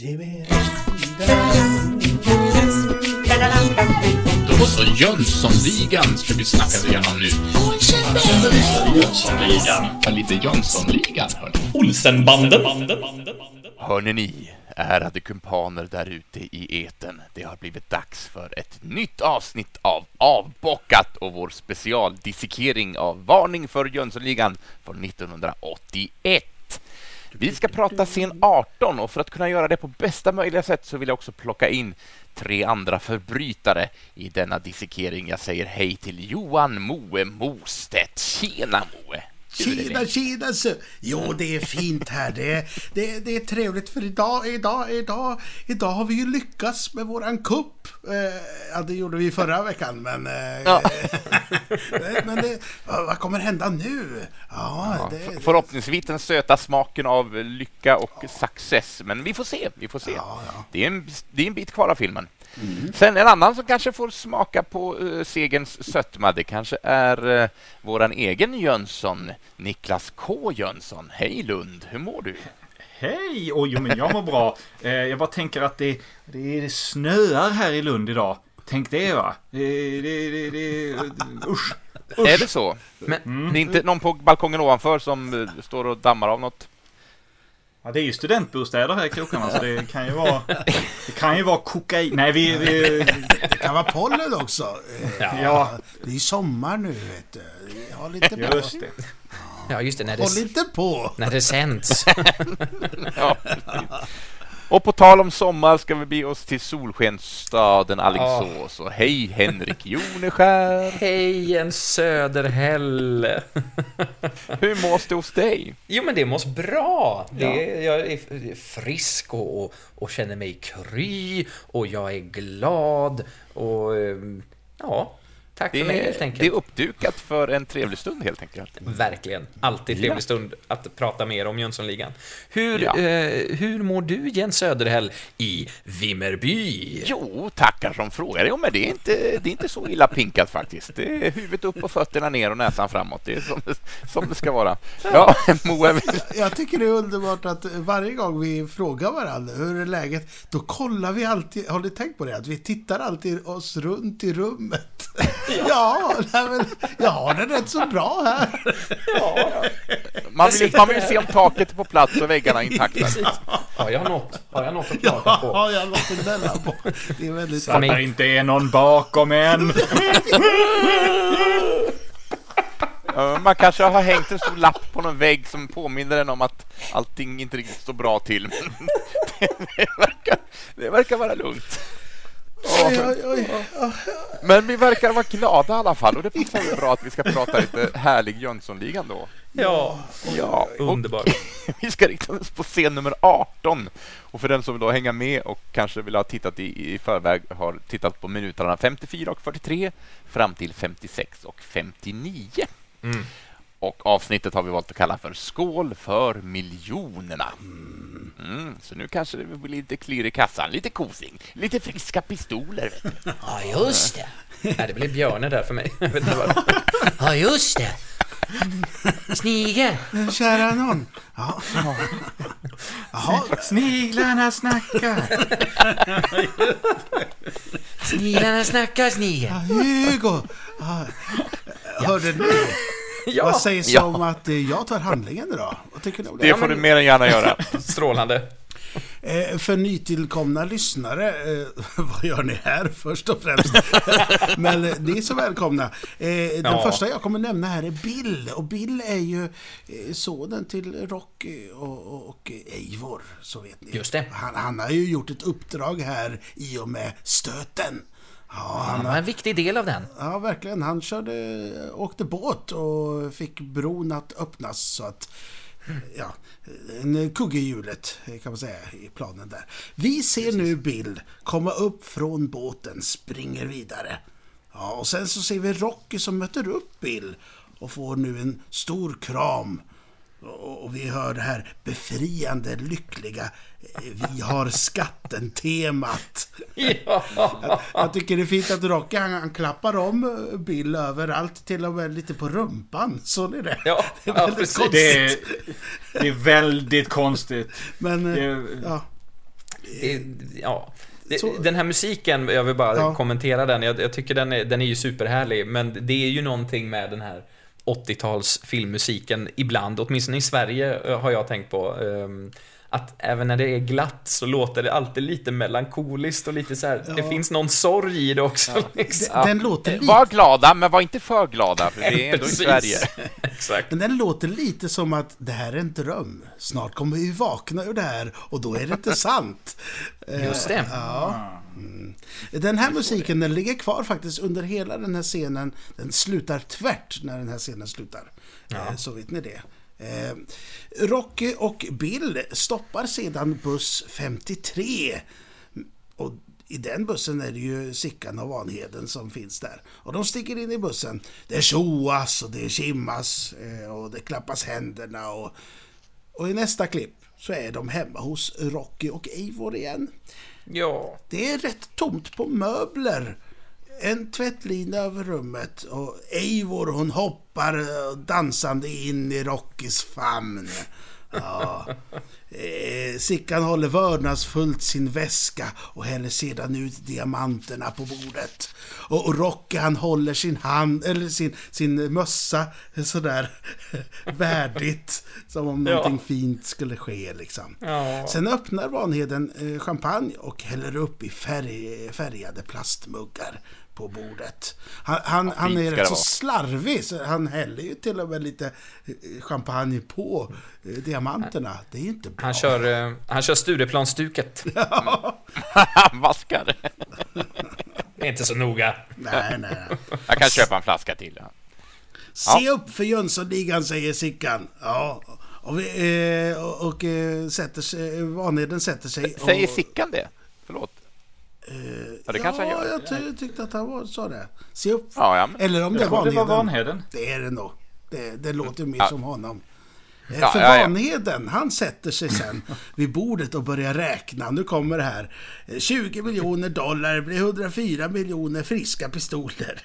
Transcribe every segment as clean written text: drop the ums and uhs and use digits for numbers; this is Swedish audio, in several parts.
Då så, Jönssonligan ska vi snacka igenom nu. Jönssonligan. Lite Jönssonligan, hörni. Olsenbanden. Hörni ni, ärade kumpaner där ute i eten. Det har blivit dags för ett nytt avsnitt av Avbockat och vår specialdissekering av Varning för Jönssonligan från 1981. Vi ska prata scen 18 och för att kunna göra det på bästa möjliga sätt så vill jag också plocka in 3 andra förbrytare i denna dissekering. Jag säger hej till Johan Moe Mostedt. Tjena Moe! Tjena så. Jo, det är fint här. Det är trevligt för idag har vi ju lyckats med våran kupp. Ja, det gjorde vi förra veckan, men vad kommer hända nu? Förhoppningsvis den söta smaken av lycka och success, men vi får se. Ja. Det är en bit kvar av filmen. Sen en annan som kanske får smaka på segens sötma, det kanske är våran egen Jönsson, Niklas K. Jönsson. Hej Lund, hur mår du? Hej, men jag mår bra. Jag bara tänker att det snöar här i Lund idag. Tänk det, va? Usch. Är det så? Men det är inte någon på balkongen ovanför som står och dammar av något? Ja, det är ju studentbostäder här i krokarna, så det kan ju vara kokain. Nej, det kan vara pollen också. Ja. Det är sommar nu, vet du. Ha lite på. Just det. Ja, just det. Håll lite på. När det sänds. Ja. Och på tal om sommar ska vi bege oss till solskensstaden Alingsås. Och hej Henrik Joneskär. Hej en söderhäll. Hur mås det hos dig? Jo, men det mås bra. Jag är frisk och känner mig kry. Och jag är glad. Och ja, tack för mig helt enkelt. Det är uppdukat för en trevlig stund helt enkelt. Verkligen. Alltid trevlig stund att prata mer om Jönssonligan. Hur mår du, Jens Söderhäll, i Vimmerby? Jo, tackar som frågar. Jo, men det är inte så illa pinkat faktiskt. Det är huvudet upp och fötterna ner och näsan framåt. Det är som det ska vara. Ja, Moe. Jag tycker det är underbart att varje gång vi frågar varandra hur är läget, då kollar vi alltid, har du tänkt på det? Att vi tittar alltid oss runt i rummet. Ja, jag har det rätt så bra här. Ja. Man vill se om taket är på plats och väggarna intakta. Har jag något att prata på? Ja, jag har något att ställa på. Det är väldigt... Så att det inte är någon bakom en. Man kanske har hängt en stor lapp på någon vägg som påminner en om att allting inte riktigt står bra till. Det verkar vara lugnt. Men vi verkar vara glada i alla fall. Och det passar ju bra att vi ska prata lite härlig Jönssonligan då. Ja, underbart. Vi ska rikta oss på scen nummer 18. Och för den som vill då hänga med och kanske vill ha tittat i förväg, har tittat på minuterna 54 och 43 fram till 56 och 59. Och avsnittet har vi valt att kalla för Skål för miljonerna. Så nu kanske det blir lite klirr i kassan, lite kosing, lite friska pistoler. Vet du. Ja, just det. Ja, det blir björne där för mig. Jag vet inte vad. Ja, just det. Snigel. Kära någon. Ja. Jaha. Sniglarna snackar. Sniglarna snackar, snigel. Ja, Hugo. Ja. Hörde ni? Ja. Vad sägs om att jag tar handlingen då? Vad tycker ni om det? Det får du mer än gärna göra. Strålande. För nytillkomna lyssnare, vad gör ni här först och främst? Men ni är så välkomna. Den första jag kommer nämna här är Bill. Och Bill är ju sonen till Rocky och Eivor, så vet ni. Just det. Han har ju gjort ett uppdrag här i och med stöten. Ja, Han var en viktig del av den. Ja, verkligen. Han åkte båt och fick bron att öppnas så att en kugge i hjulet kan man säga i planen där. Vi ser nu Bill komma upp från båten, springer vidare. Ja, och sen så ser vi Rocky som möter upp Bill och får nu en stor kram. Och vi hör det här befriande, lyckliga vi har skatten-temat. Ja. Jag tycker det är fint att Rocky han klappar om Bill överallt, till och med lite på rumpan. Så är det. Ja, det är väldigt konstigt. Det är väldigt konstigt. Men, Den här musiken, jag vill bara kommentera den. Jag tycker den är ju superhärlig, men det är ju någonting med den här 80-tals filmmusiken ibland, åtminstone i Sverige har jag tänkt på, att även när det är glatt så låter det alltid lite melankoliskt och lite så här, det finns någon sorg i det också. Liksom. Den låter lite... Var glada, men var inte för glada, för det är ändå i Sverige. Exakt. Men den låter lite som att det här är en dröm. Snart kommer vi vakna ur det här och då är det inte sant. Just det. Den här musiken, den ligger kvar faktiskt under hela den här scenen. Den slutar tvärt när den här scenen slutar. Så vet ni det. Rocky och Bill stoppar sedan buss 53. Och i den bussen är det ju Sickan och Vanheden som finns där. Och de sticker in i bussen. Det tjoas och det kimmas och det klappas händerna. Och i nästa klipp så är de hemma hos Rocky och Eivor igen. Ja. Det är rätt tomt på möbler. En tvättlina över rummet och Eivor, hon hoppar dansande in i Rockys famn. Ja. Sickan håller vördnadsfullt sin väska och häller sedan ut diamanterna på bordet. Och Rocky, han håller sin hand eller sin mössa sådär värdigt, som om någonting fint skulle ske liksom. Sen öppnar Vanheden champagne och häller upp i färgade plastmuggar på bordet. Han är rätt så slarvig, så han häller ju till och med lite champagne på diamanterna. Det är ju inte bra. Han kör studieplansstuket. Han vaskar. Det är inte så noga. Nej. Jag kan köpa en flaska till. Ja. Se upp för Jönssonligan, säger Sickan. Ja. Och Vanheden sätter sig. Säger Sickan det? Förlåt. Det kanske han gör. Jag tyckte att han sa det. Se upp. Eller om det var Vanheden. Det är det nog. Det låter mer som honom. För Vanheden, han sätter sig sen vid bordet och börjar räkna. Nu kommer det här. 20 miljoner dollar blir 104 miljoner friska pistoler.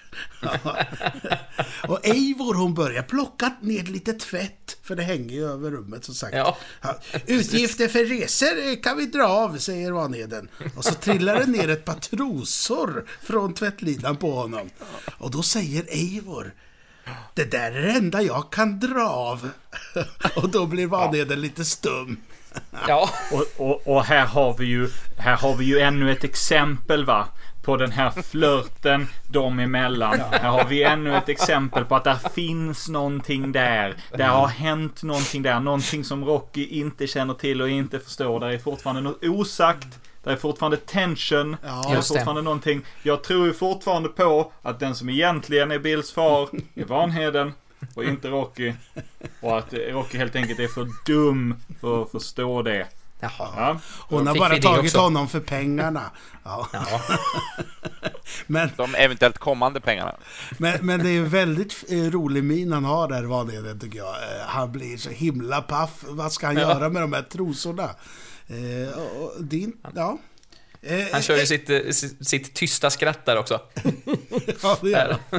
Och Eivor, hon börjar plocka ner lite tvätt, för det hänger ju över rummet som sagt. Utgifter för resor kan vi dra av, säger Vanheden. Och så trillar det ner ett par trosor från tvättlinan på honom. Och då säger Eivor: det där är det enda jag kan dra av. Och då blir Vanheden lite stum. Ja. Och här har vi ju ännu ett exempel, va, på den här flirten dem emellan. Här har vi ännu ett exempel på att det finns någonting där. Det har hänt någonting där. Någonting som Rocky inte känner till och inte förstår. Det är fortfarande något osagt. Det är fortfarande tension. Det är fortfarande någonting. Jag tror ju fortfarande på att den som egentligen är Bills far är Vanheden och inte Rocky. Och att Rocky helt enkelt är för dum för att förstå det. Ja. Hon har bara tagit honom för pengarna. Men, de eventuellt kommande pengarna. Men det är en väldigt rolig min han har där, Vanheden, tycker jag. Han blir så himla paff. Vad ska han göra med de här trosorna? Han kör ju sitt tysta skratt där också. Ja, det gör han.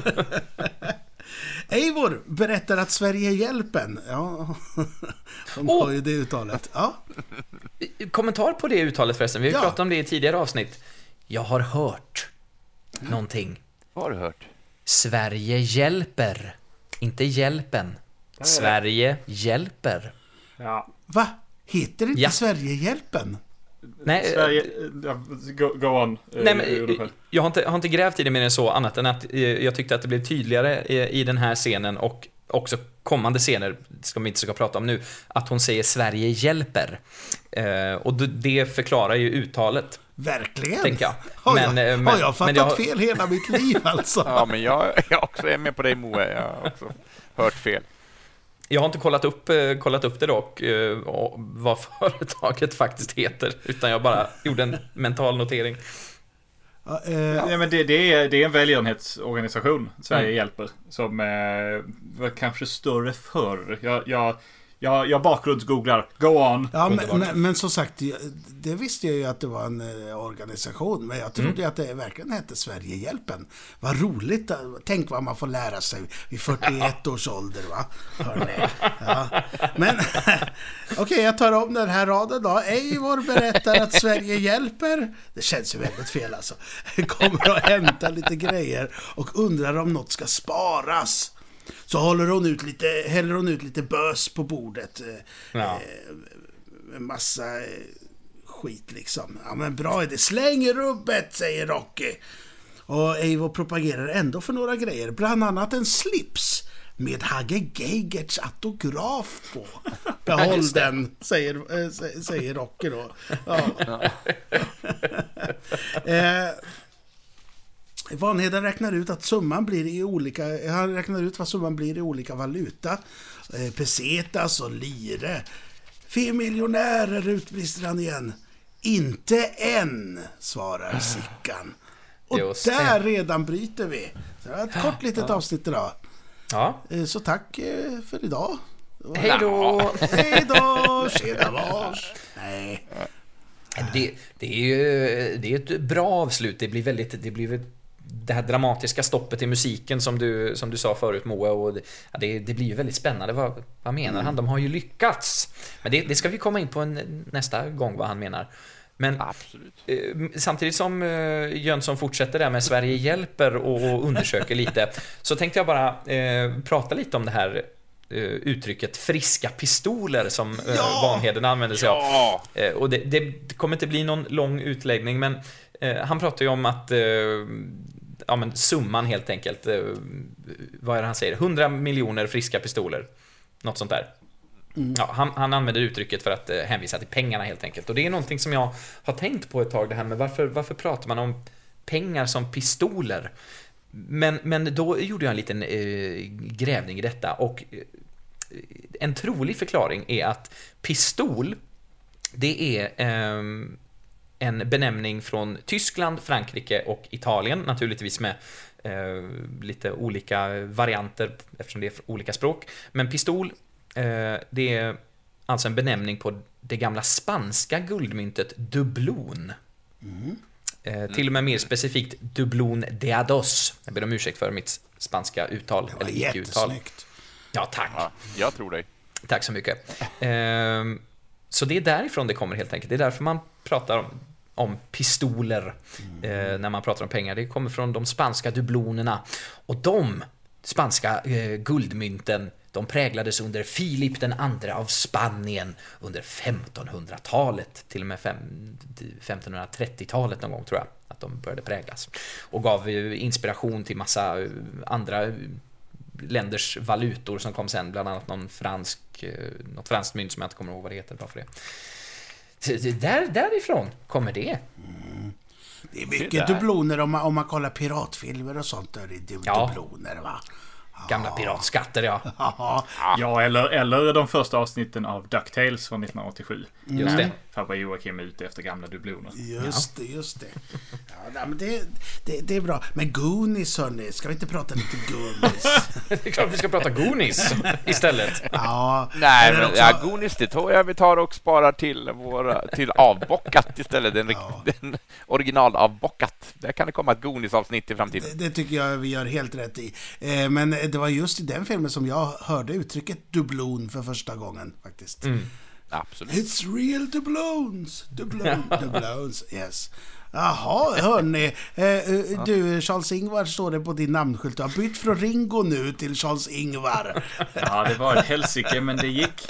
Eivor berättar att Sverige hjälpen. Ja, de har ju det uttalet. Kommentar på det uttalet förresten. Vi har pratat om det i tidigare avsnitt. Jag har hört någonting. Vad har du hört? Sverige hjälper. Inte hjälpen. Sverige hjälper. Ja. Va? Heter det inte Sverigehjälpen? Nej, Sverige, go on. Nej, men, jag har inte grävt i det mer än så, annat än att jag tyckte att det blev tydligare i den här scenen och också kommande scener som vi inte ska prata om nu, att hon säger Sverige hjälper. Och det förklarar ju uttalet. Verkligen? Tänker jag. Har jag fattat fel hela mitt liv alltså? Ja, men jag också är med på dig, Moe. Jag har också hört fel. Jag har inte kollat upp det dock, vad företaget faktiskt heter, utan jag bara gjorde en mental notering. Ja, men det är en välgörenhetsorganisation, Sverige hjälper, som var kanske större förr. Jag Jag bakgrundsgooglar. Go on. Ja, men som sagt, det visste jag ju att det var en organisation, men jag trodde ju att det verkligen hette Sverigehjälpen. Vad roligt. Tänk vad man får lära sig vid 41 års ålder, va? Hörrni. Ja. Men okej, jag tar om den här raden då. Eivor berättar att Sverige hjälper. Det känns ju väldigt fel alltså. Kommer att hämta lite grejer och undrar om något ska sparas. Så häller hon ut lite bös på bordet. En massa skit liksom. Ja, men bra är det. Släng rubbet, säger Rocky. Och Eivor propagerar ändå för några grejer. Bland annat en slips med Hagge Geigerts autograf på. Behåll den, säger Rocky då. Ja. Vanheden räknar ut att summan blir i olika. Han räknar ut vad summan blir i olika valuta. Pesetas och lire. 5 miljonärer, utbrister han igen. Inte än, svarar Sickan. Och just där det. Redan bryter vi. Så det var ett kort litet avsnitt idag. Ja. Så tack för idag. Hej då! Hej då! Tjena vars! Nej. Det är ett bra avslut. Det blir det här dramatiska stoppet i musiken som du sa förut, Moa, och det blir ju väldigt spännande. Vad menar han? De har ju lyckats. Men det ska vi komma in på nästa gång, vad han menar. Men absolut. Samtidigt som Jönsson fortsätter där med Sverige hjälper och undersöker lite, så tänkte jag bara prata lite om det här uttrycket friska pistoler som Vanheden använder sig av. Och det kommer inte bli någon lång utläggning, men han pratar ju om att men summan helt enkelt, vad är det han säger? 100 miljoner friska pistoler, något sånt där. Ja, han använder uttrycket för att hänvisa till pengarna helt enkelt. Och det är någonting som jag har tänkt på ett tag, det här med varför pratar man om pengar som pistoler? Men då gjorde jag en liten grävning i detta, och en trolig förklaring är att pistol, det är en benämning från Tyskland, Frankrike och Italien, naturligtvis med lite olika varianter eftersom det är olika språk. Men pistol, det är alltså en benämning på det gamla spanska guldmyntet dublon. Till och med mer specifikt dublon de ados. Jag ber om ursäkt för mitt spanska uttal. Det var jättesnyggt. Ja, tack. Ja, jag tror dig. Tack så mycket. Så det är därifrån det kommer helt enkelt. Det är därför man pratar om pistoler när man pratar om pengar. Det kommer från de spanska dublonerna. Och de spanska guldmynten, de präglades under Filip den andra av Spanien under 1500-talet, till och med 1530-talet någon gång tror jag att de började präglas, och gav inspiration till massa andra länders valutor som kom sen, bland annat något franskt mynt som jag inte kommer ihåg vad det heter, bara för det. Därifrån kommer det. Det är mycket dubloner om man kollar piratfilmer och sånt, där är det dubloner, va? Gamla piratskatter, ja. Ja, eller de första avsnitten av DuckTales från 1987. Just det. Farbror Joakim ute efter gamla dubloner. Just det. Ja, men det är bra. Men Goonies, hörni, ska vi inte prata lite Goonies? Det är klart vi ska prata Goonies istället. Ja. Nej, men Goonies, det tror jag vi tar och sparar till avbockat istället. Den originalavbockat. Där kan det komma ett Goonies-avsnitt i framtiden. Det tycker jag vi gör helt rätt i. Men det var just i den filmen som jag hörde uttrycket dublon för första gången faktiskt. Absolut. It's real dublones. Dublones, yes. Jaha, hörni. Du, Charles-Ingvar, står det på din namnskylt. Du har bytt från Ringo nu till Charles-Ingvar. Ja, det var ett helsike, men det gick.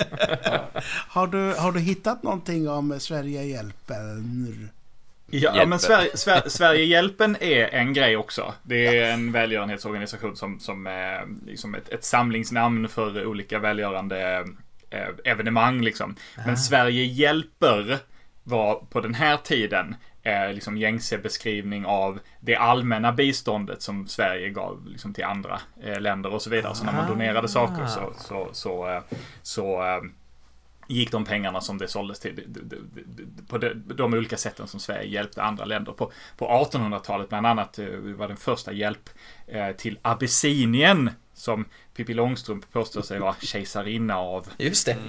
Har du hittat någonting om Sverigehjälpen? Ja, men Sverigehjälpen är en grej också. Det är en välgörenhetsorganisation som är liksom ett samlingsnamn för olika välgörande evenemang liksom. Men Sverige hjälper var på den här tiden liksom gängse beskrivning av det allmänna biståndet som Sverige gav liksom till andra länder och så vidare. Så när man donerade saker gick de pengarna som det såldes till på de olika sätten som Sverige hjälpte andra länder på 1800-talet. Bland annat var den första hjälp till Abessinien, som Pippi Långstrump påstår sig vara kejsarinna av. Just det.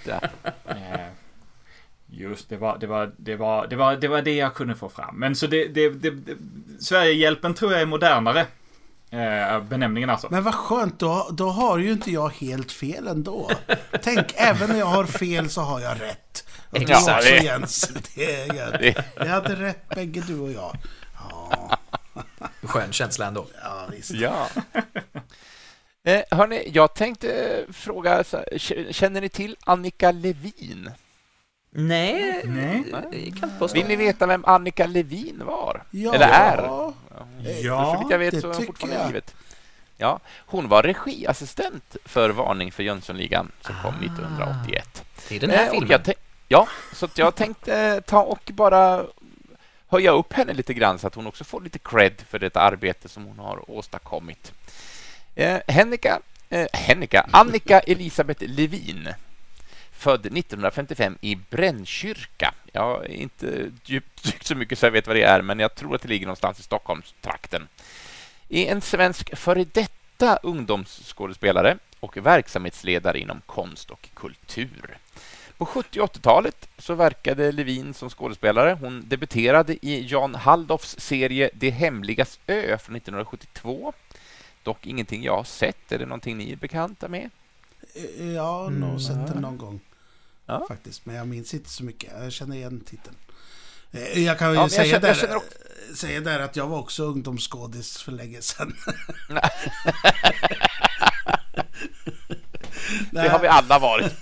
Just det var det jag kunde få fram. Men så Sverigehjälpen tror jag är modernare. Benämningen alltså. Men vad skönt, då har ju inte jag helt fel ändå. Tänk, även när jag har fel så har jag rätt. Och du också, Jens. Vi hade rätt, bägge du och jag. Ja. Skön känsla ändå. Ja, visst. Ja. Hörni, jag tänkte fråga, känner ni till Annika Levin? Nej. Vill ni veta vem Annika Levin var? Ja. Eller är? Ja, så vitt jag vet så är hon fortfarande livet. Ja, hon var regiassistent för Varning för Jönssonligan som kom 1981. Det är den här filmen. Så att jag tänkte ta och bara höja upp henne lite grann så att hon också får lite cred för det arbete som hon har åstadkommit. Annika Elisabeth Levin, född 1955 i Brännkyrka. Jag har inte djupt så mycket så jag vet vad det är, men jag tror att det ligger någonstans i Stockholmstrakten. Är en svensk före detta ungdomsskådespelare och verksamhetsledare inom konst och kultur. På 70- och 80-talet så verkade Levin som skådespelare. Hon debuterade i Jan Halldorfs serie Det hemligas ö från 1972. Dock ingenting jag har sett. Är det någonting ni är bekanta med? Jag har nog sett den någon gång. Ja. Faktiskt, men jag minns inte så mycket. Jag känner igen titeln. Jag kan ju säga där att jag var också ungdomsskådis för länge sedan. Det har vi alla varit.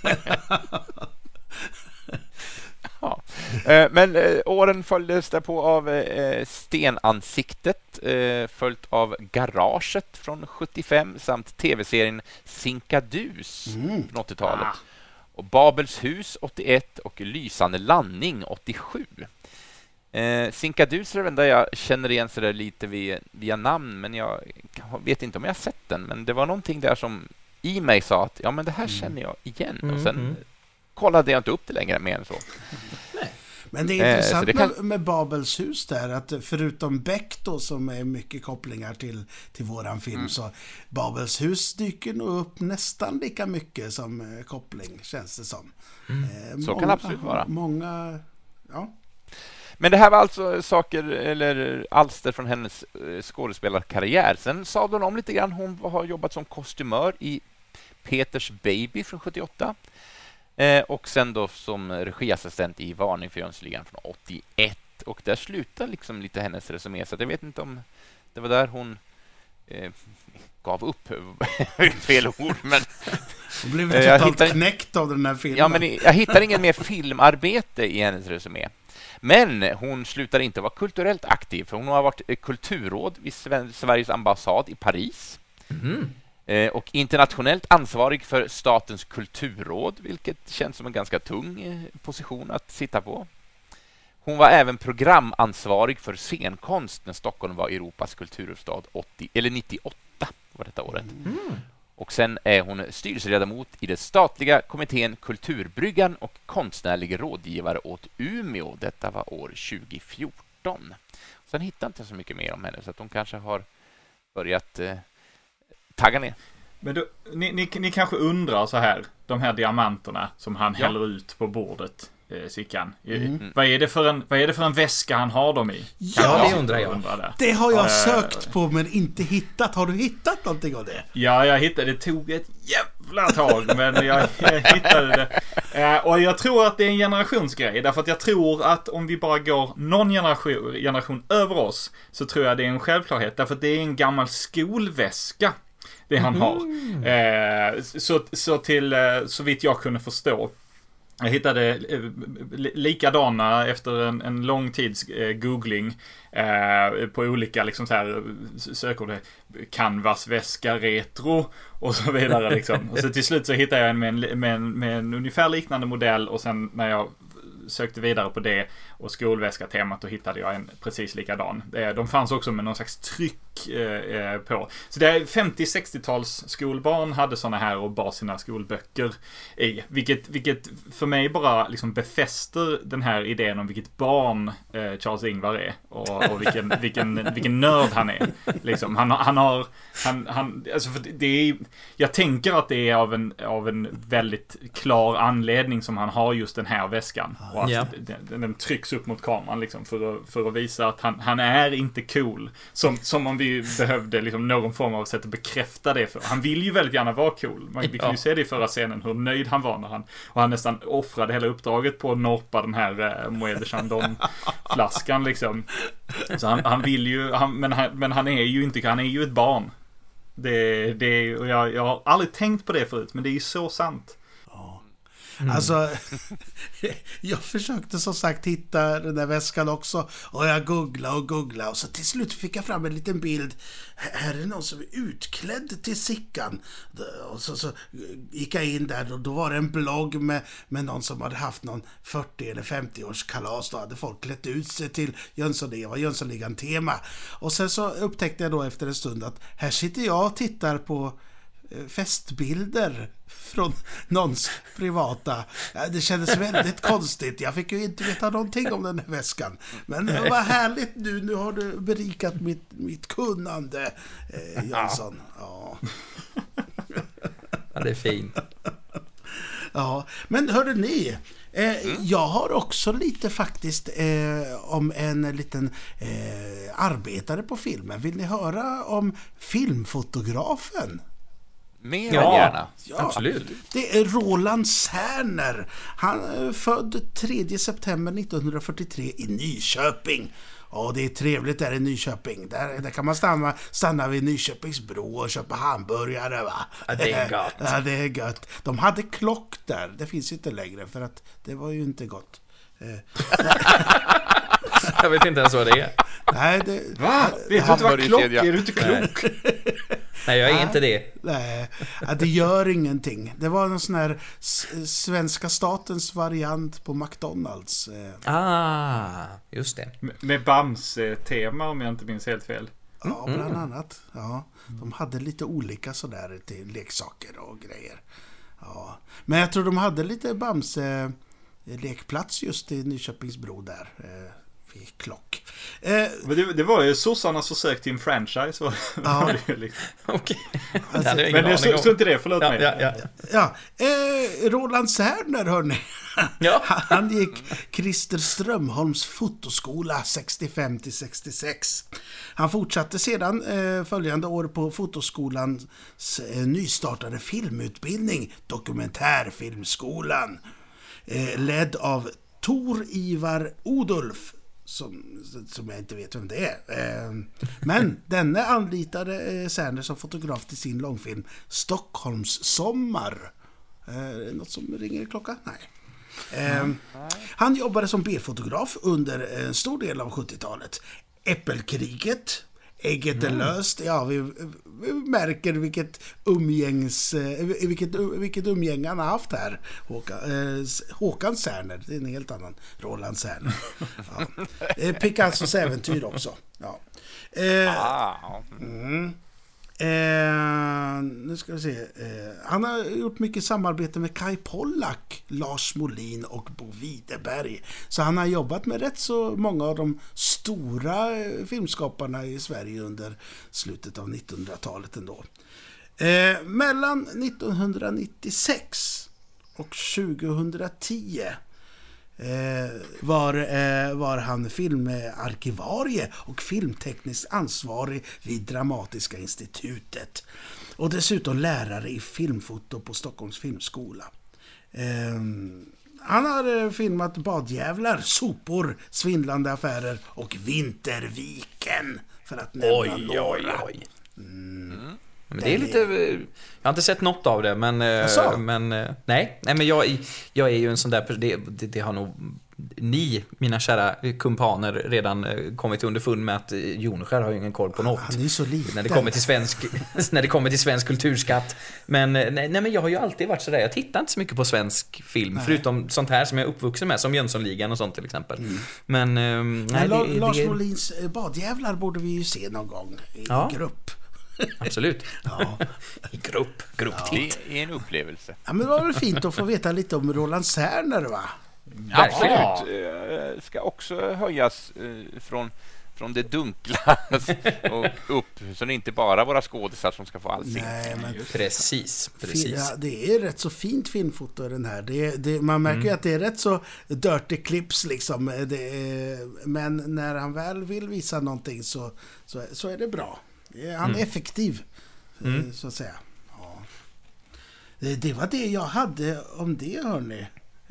Ja. Men åren följdes därpå av Stenansiktet, följt av Garaget från 75 samt tv-serien Sinkadus från 80-talet. Och Babels hus 81 och Lysande landning 87. Sinkadus är det enda jag känner igen så där lite via namn, men jag vet inte om jag har sett den, men det var någonting där som i mig sa att ja, men det här känner jag igen, och sen kollade jag inte upp det längre mer än så. Men det är intressant med Babels hus där, att förutom Beck då, som är mycket kopplingar till våran film, så Babels hus dyker nog upp nästan lika mycket som koppling, känns det som. Så kan det absolut vara. Många, ja. Men det här var alltså saker eller alster från hennes skådespelarkarriär. Sen sa hon om lite grann. Hon har jobbat som kostymör i Peters Baby från 78. Och sen då som regiassistent i Varning för Jönssonligan från 81. Och där slutar liksom lite hennes resumé. Så jag vet inte om det var där hon gav upp. Fel ord, men hon blev totalt knäckt av den här filmen. Ja, men jag hittar ingen mer filmarbete i hennes resumé. Men hon slutar inte vara kulturellt aktiv, för hon har varit kulturråd vid Sveriges ambassad i Paris. Och internationellt ansvarig för Statens kulturråd, vilket känns som en ganska tung position att sitta på. Hon var även programansvarig för scenkonst när Stockholm var Europas kulturhuvudstad 98 var detta året. Och sen är hon styrelseledamot i det statliga kommittén Kulturbryggan och konstnärlig rådgivare åt Umeå. Detta var år 2014. Sen hittar inte så mycket mer om henne, så att hon kanske har börjat tagga ner. Men då, ni kanske undrar så här, de här diamanterna som han häller ut på bordet, Sickan. Vad är det för en väska han har dem i? Ja, det undrar jag. Det har jag sökt på men inte hittat. Har du hittat någonting av det? Ja, jag hittade. Det tog ett jävla tag, men jag hittade det. Och jag tror att det är en generationsgrej. Därför att jag tror att om vi bara går någon generation över oss, så tror jag det är en självklarhet. Därför att det är en gammal skolväska det han har. Så vitt jag kunde förstå. Jag hittade likadana efter en lång tids googling på olika liksom så här sökord, canvasväska retro och så vidare liksom. Och så till slut så hittade jag en med en ungefär liknande modell, och sen när jag sökte vidare på det och skolväska temat, då hittade jag en precis likadan. De fanns också med någon slags tryck på. Så det är 50-60-tals skolbarn hade såna här och bar sina skolböcker i. Vilket för mig bara liksom befäster den här idén om vilket barn Charles Ingvar är. Och vilken nörd han är. Liksom, alltså för det är, jag tänker att det är av en väldigt klar anledning som han har just den här väskan. Och att den trycks upp mot kameran liksom, för att visa att han är inte cool. Som om vi behövde liksom någon form av sätt att bekräfta det. För han vill ju väldigt gärna vara cool. Vi kan ju se det i förra scenen hur nöjd han var när han nästan offrade hela uppdraget på att norpa den här Moët de Chandon-flaskan liksom. Så han vill ju, men han är ju inte, han är ju ett barn. Och jag har aldrig tänkt på det förut, men det är ju så sant. Alltså, jag försökte som sagt hitta den där väskan också. Och jag googlade och så till slut fick jag fram en liten bild. Här är någon som är utklädd till Sickan. Och så gick jag in där och då var det en blogg med någon som hade haft någon 40 eller 50 års kalas. Då hade folk klätt ut sig till Jönssonligan-tema. Och sen så upptäckte jag då efter en stund att här sitter jag och tittar på festbilder från någons privata. Det kändes väldigt konstigt. Jag fick ju inte veta någonting om den här väskan. Men det var härligt nu har du berikat mitt kunnande, Jönsson. Ja. Ja, det är fint. Ja, men hörde ni, jag har också lite faktiskt om en liten arbetare på filmen. Vill ni höra om filmfotografen? Mer gärna. Ja, absolut. Det är Roland Särner. Han är född 3 september 1943 i Nyköping. Och det är trevligt där i Nyköping. Där kan man stanna vid Nyköpingsbro och köpa hamburgare, va? Ja, det är gott. Ja, det är gott. De hade klock där. Det finns inte längre för att det var ju inte gott. Jag vet inte ens vad det är. Nej, Va? Vet du inte vad klock är? Är du inte klok? Nej, jag är inte det. Nej, det gör ingenting. Det var en sån här svenska statens variant på McDonalds. Just det. Med Bams-tema om jag inte minns helt fel. Ja, bland annat. Ja, de hade lite olika sådär till leksaker och grejer. Ja. Men jag tror de hade lite Bamse-lekplats just i Nyköpingsbro där. Klock. Men det var ju sossarnas försök till en franchise. Ja. Liksom. Okej. Alltså, men det är inte det, förlåt mig. Ja. Roland Särner, hörni. Ja. Han gick Christer Strömholms fotoskola 65-66. Han fortsatte sedan följande år på fotoskolans nystartade filmutbildning, Dokumentärfilmskolan, ledd av Tor Ivar Odulf, som jag inte vet vem det är. Men denne anlitade Särner som fotograf till sin långfilm Stockholms sommar. Något som ringer i klockan? Nej. Han jobbade som B-fotograf under en stor del av 70-talet. Äppelkriget, Ägget är löst. Ja, vi märker vilket umgänge han har haft här. Håkan Särner, det är en helt annan Roland Särner. Ja. Picassos äventyr också. Ja. Nu ska vi se. Han har gjort mycket samarbete med Kai Pollak, Lars Molin och Bo Widerberg. Så han har jobbat med rätt så många av de stora filmskaparna i Sverige under slutet av 1900-talet ändå. Mellan 1996 och 2010 var han filmarkivarie och filmtekniskt ansvarig vid Dramatiska institutet och dessutom lärare i filmfoto på Stockholms filmskola. Han har filmat Badjävlar, Sopor, Svindlande affärer och Vinterviken, för att nämna några. Men det är lite, jag har inte sett något av det, men nej, men jag är ju en sån där, det har nog ni, mina kära kumpaner, redan kommit underfund med att Jonskär har ju ingen koll på något. Han är så liten. När det kommer till svensk kulturskatt. Men men jag har ju alltid varit sådär. Jag tittar inte så mycket på svensk film. Nej. Förutom sånt här som jag är uppvuxen med, som Jönssonligan och sånt till exempel. Men Lars Molins Badjävlar borde vi ju se någon gång i grupp. Absolut. Ja. I grupptitt. Det är en upplevelse. Ja, men det var väl fint att få veta lite om Roland Särner, va? Absolut. Ska också höjas från det dunkla och upp, så det är inte bara våra skådisar som ska få allting. Nej, men precis. Ja, det är rätt så fint filmfoto i den här. Man märker ju att det är rätt så dirty clips liksom. Men när han väl vill visa någonting så är det bra. Han är effektiv, så att säga. Ja. Det var det jag hade om det, hörni.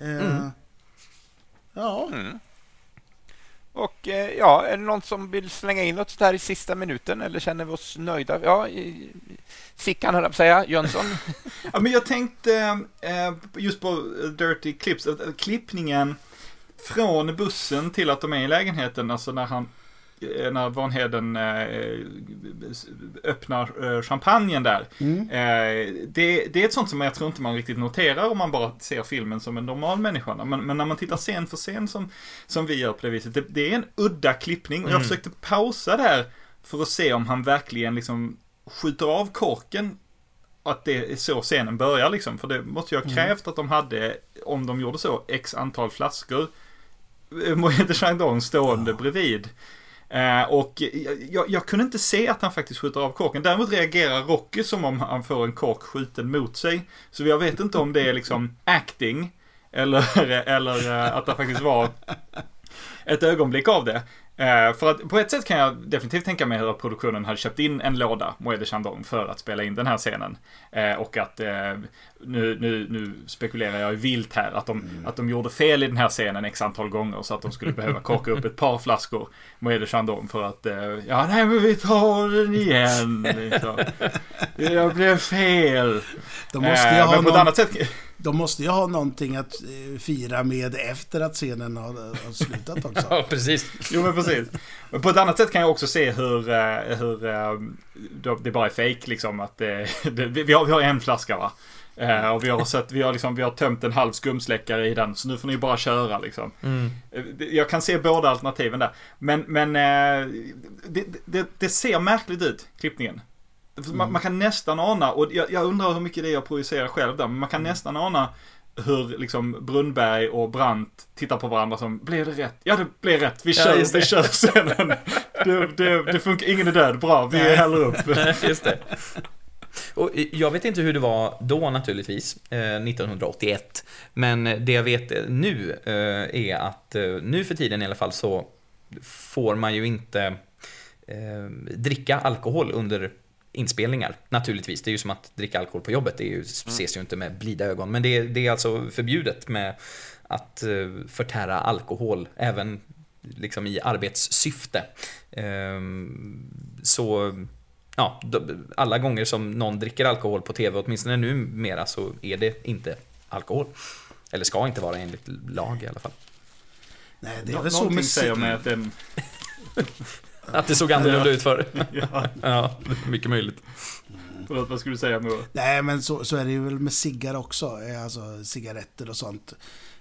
Ja. Och är det någon som vill slänga in något där i sista minuten, eller känner vi oss nöjda? Ja, Sickan höll jag på att säga, Jönsson. Ja, men jag tänkte just på Dirty Clips, klippningen från bussen till att de är i lägenheten, alltså när Vanheden öppnar champagnen där. Det är ett sånt som jag tror inte man riktigt noterar om man bara ser filmen som en normal människa. Men när man tittar scen för scen som vi gör på det viset, det är en udda klippning. Och jag försökte pausa där för att se om han verkligen liksom skjuter av korken, att det är så scenen börjar liksom. För det måste ju ha krävt att de hade, om de gjorde så, x antal flaskor Moët de Chandon stående bredvid. Och jag kunde inte se att han faktiskt skjuter av korken. Däremot reagerar Rocky som om han får en kork skjuten mot sig. Så jag vet inte om det är liksom acting eller att det faktiskt var ett ögonblick av det. För att på ett sätt kan jag definitivt tänka mig hur produktionen hade köpt in en låda Moët de Chandon för att spela in den här scenen. Och att nu spekulerar jag vilt här att de gjorde fel i den här scenen x antal gånger, så att de skulle behöva korka upp ett par flaskor Moët de Chandon för att men vi tar den igen liksom. Jag blev fel. Men på ett annat sätt. De måste ju ha någonting att fira med efter att scenen har slutat också. Ja, precis. Jo, men precis. Men på ett annat sätt kan jag också se hur det bara är fake liksom, att vi har en flaska, va? Och vi har tömt en halv skumsläckare i den, så nu får ni bara köra liksom. Jag kan se båda alternativen där. Men det ser märkligt ut, klippningen. Man kan nästan ana, och jag undrar hur mycket det är jag projicerar själv där, men man kan nästan ana hur liksom Brunnberg och Brandt tittar på varandra som, blev det rätt? Ja, det blev rätt. Vi kör scenen. Det funkar, ingen är död. Bra, vi häller upp. Just det. Och jag vet inte hur det var då naturligtvis, 1981. Men det jag vet nu är att nu för tiden i alla fall så får man ju inte dricka alkohol under inspelningar, naturligtvis. Det är ju som att dricka alkohol på jobbet. Det ses ju inte med blida ögon. Men det är alltså förbjudet med att förtära alkohol även liksom i arbetssyfte. Så ja, alla gånger som någon dricker alkohol på tv, åtminstone numera, så är det inte alkohol. Eller ska inte vara enligt lag i alla fall. Nej, det är väl så med säger med att den... Att det såg annorlunda ut för. Ja, mycket möjligt. Vad skulle du säga med? Nej, men så är det ju väl med ciggar också. Alltså cigaretter och sånt.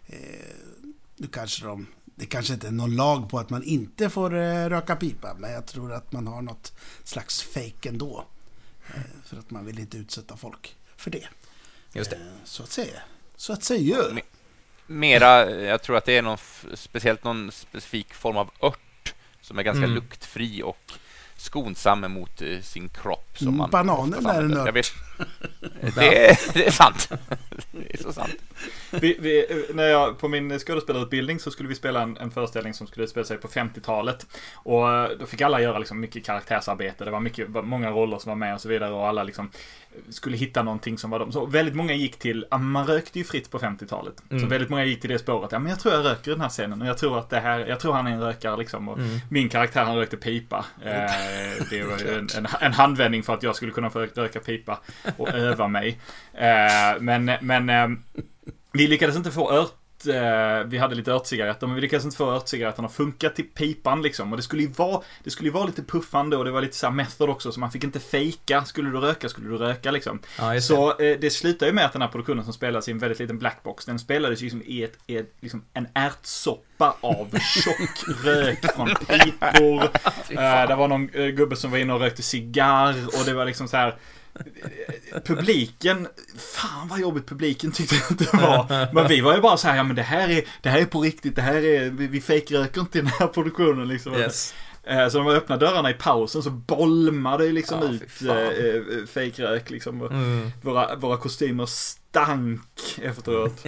Det kanske inte är någon lag på att man inte får röka pipa, men jag tror att man har något slags fake ändå. För att man vill inte utsätta folk för det. Just det. Så att säga. Mera, jag tror att det är någon specifik form av ört som är ganska luktfri och skonsam mot sin kropp. Som man bananen är en ört. Det är sant. Det är så sant. När jag på min skådespelarutbildning så skulle vi spela en föreställning som skulle utspela sig på 50-talet. Och då fick alla göra liksom mycket karaktärsarbete. Det var många roller som var med och så vidare. Och alla liksom skulle hitta någonting som var dem. Så väldigt många gick till, man rökte ju fritt på 50-talet. Så väldigt många gick till det spåret. Ja, men jag tror jag röker den här scenen. Och jag tror han är en rökare liksom. Och min karaktär, han rökte pipa. Det var en handvändning för att jag skulle kunna få röka pipa och öva mig. Men vi lyckades inte få vi hade lite örtcigaretter, men vi lyckades inte få örtcigaretterna att funka till pipan liksom. Och det skulle ju vara lite puffande, och det var lite så här method också, så man fick inte fejka. Skulle du röka liksom. Ja, så det slutar ju med att den här produktionen som spelas i en väldigt liten blackbox, den spelades ju i liksom en ärtsoppa av tjock rök från pipor. Det var någon gubbe som var inne och rökte cigarr, och det var liksom så här. Publiken, fan vad jobbigt publiken tyckte att det var. Men vi var ju bara så här, ja men det här är på riktigt, vi fejkröker inte i den här produktionen liksom. Yes. Så när man öppnade dörrarna i pausen så bolmade det liksom ut fejkrök liksom. Våra kostymer stank efteråt.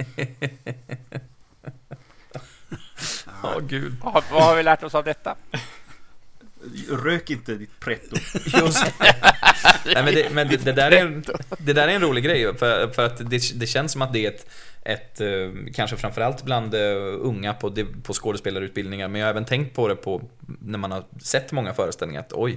Gud. Vad har vi lärt oss av detta? Rök inte ditt pretto. Just nej, men det där är en rolig grej, för att det känns som att det är ett kanske framförallt bland unga på skådespelarutbildningar, men jag har även tänkt på det när man har sett många föreställningar, att oj,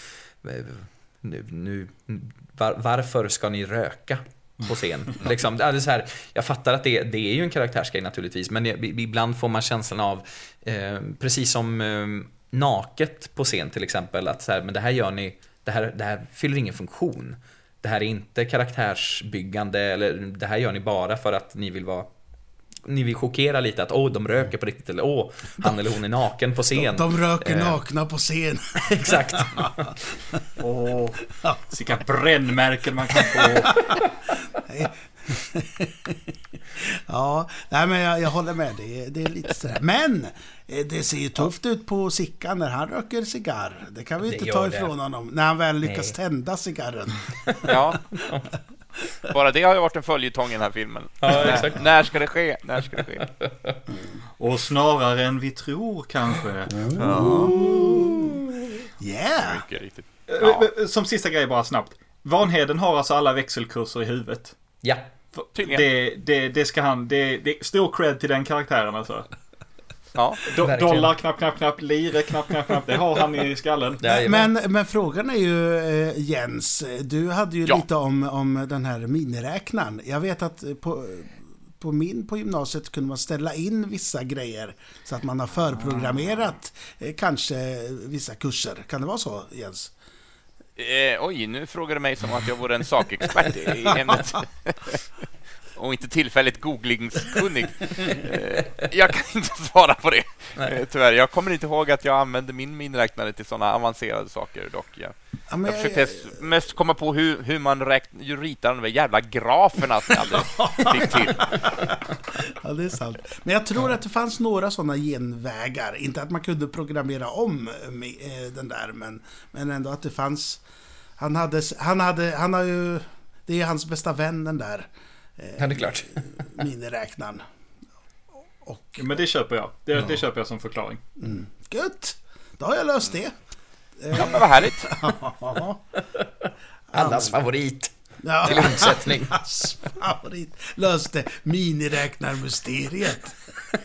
varför ska ni röka på scen? Liksom, det är så här, jag fattar att det är ju en karaktärsgrej naturligtvis, men ibland får man känslan av precis som naket på scen till exempel, att så här, men det här gör ni, det här fyller ingen funktion. Det här är inte karaktärsbyggande, eller det här gör ni bara för att ni vill chockera lite, att de röker på riktigt, eller han eller hon är naken på scen. De röker nakna på scen. Exakt. Vilka brännmärken man kan få. Ja, nej, men jag håller med. Det är lite sådär. Men det ser ju tufft ut på Sickan när han röker cigarr. Det kan vi inte ta ifrån honom. När han väl lyckas tända cigarren. Ja. Bara det har ju varit en följetong i den här filmen. Ja, exakt. När ska det ske? Och snarare än vi tror kanske. Yeah. Mycket riktigt. Som sista grej bara snabbt. Vanheden har alltså alla växelkurser i huvudet. Ja. Det ska han. Det är stor cred till den karaktären alltså. Ja. Dollar, knapp, lire, knapp. Det har han i skallen. Men frågan är ju, Jens, du hade ju lite om den här miniräknaren. Jag vet att på gymnasiet kunde man ställa in vissa grejer så att man har förprogrammerat kanske vissa kurser. Kan det vara så, Jens? Oj, nu frågar du mig som att jag vore en sakexpert i ämnet. Och inte tillfälligt googlingskunnig. Jag kan inte svara på det. Tyvärr. Jag kommer inte ihåg att jag använde min miniräknare till sådana avancerade saker dock. Jag försökte mest komma på hur man ritar de där jävla graferna som jag aldrig fick till. Ja, det är sant. Men jag tror att det fanns några sådana genvägar. Inte att man kunde programmera om den där, men ändå att det fanns. Han har ju, det är hans bästa vän, den där. Ja, det är klart. Miniräknaren. Men det köper jag. Det köper jag som förklaring. Gött. Då har jag löst det. Ja, men vad härligt. Allas favorit. Till undsättning. Allas favorit. Löste miniräknarmysteriet.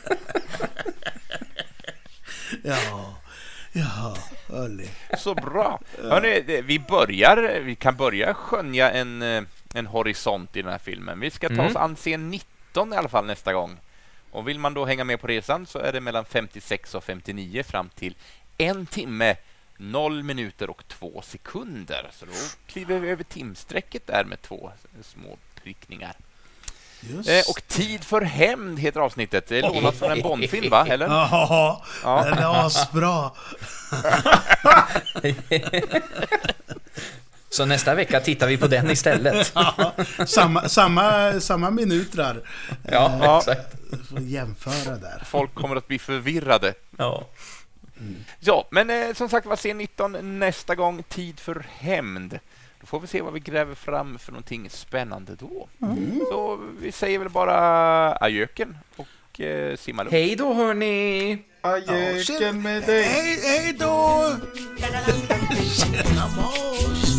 Ja, hörni. Så bra. Hörrni, vi kan börja skönja en horisont i den här filmen. Vi ska ta oss an scen 19 i alla fall nästa gång. Och vill man då hänga med på resan så är det mellan 56 och 59 fram till 1 timme, 0 minuter och 2 sekunder. Så då kliver vi över timsträcket där med 2 små prickningar. Och Tid för hämnd heter avsnittet. Det är lånat från en Bondfilm, va? Eller? Ja, den är asbra. Så nästa vecka tittar vi på den istället. Ja, samma minuter. Ja, exakt. Får jämföra där. Folk kommer att bli förvirrade. Ja, men som sagt, vad ser 19 nästa gång? Tid för hämnd. Då får vi se vad vi gräver fram för någonting spännande då. Så vi säger väl bara adjöken och simma lugnt. Hej då, hörni! Adjöken med dig. Hej då! Tjena,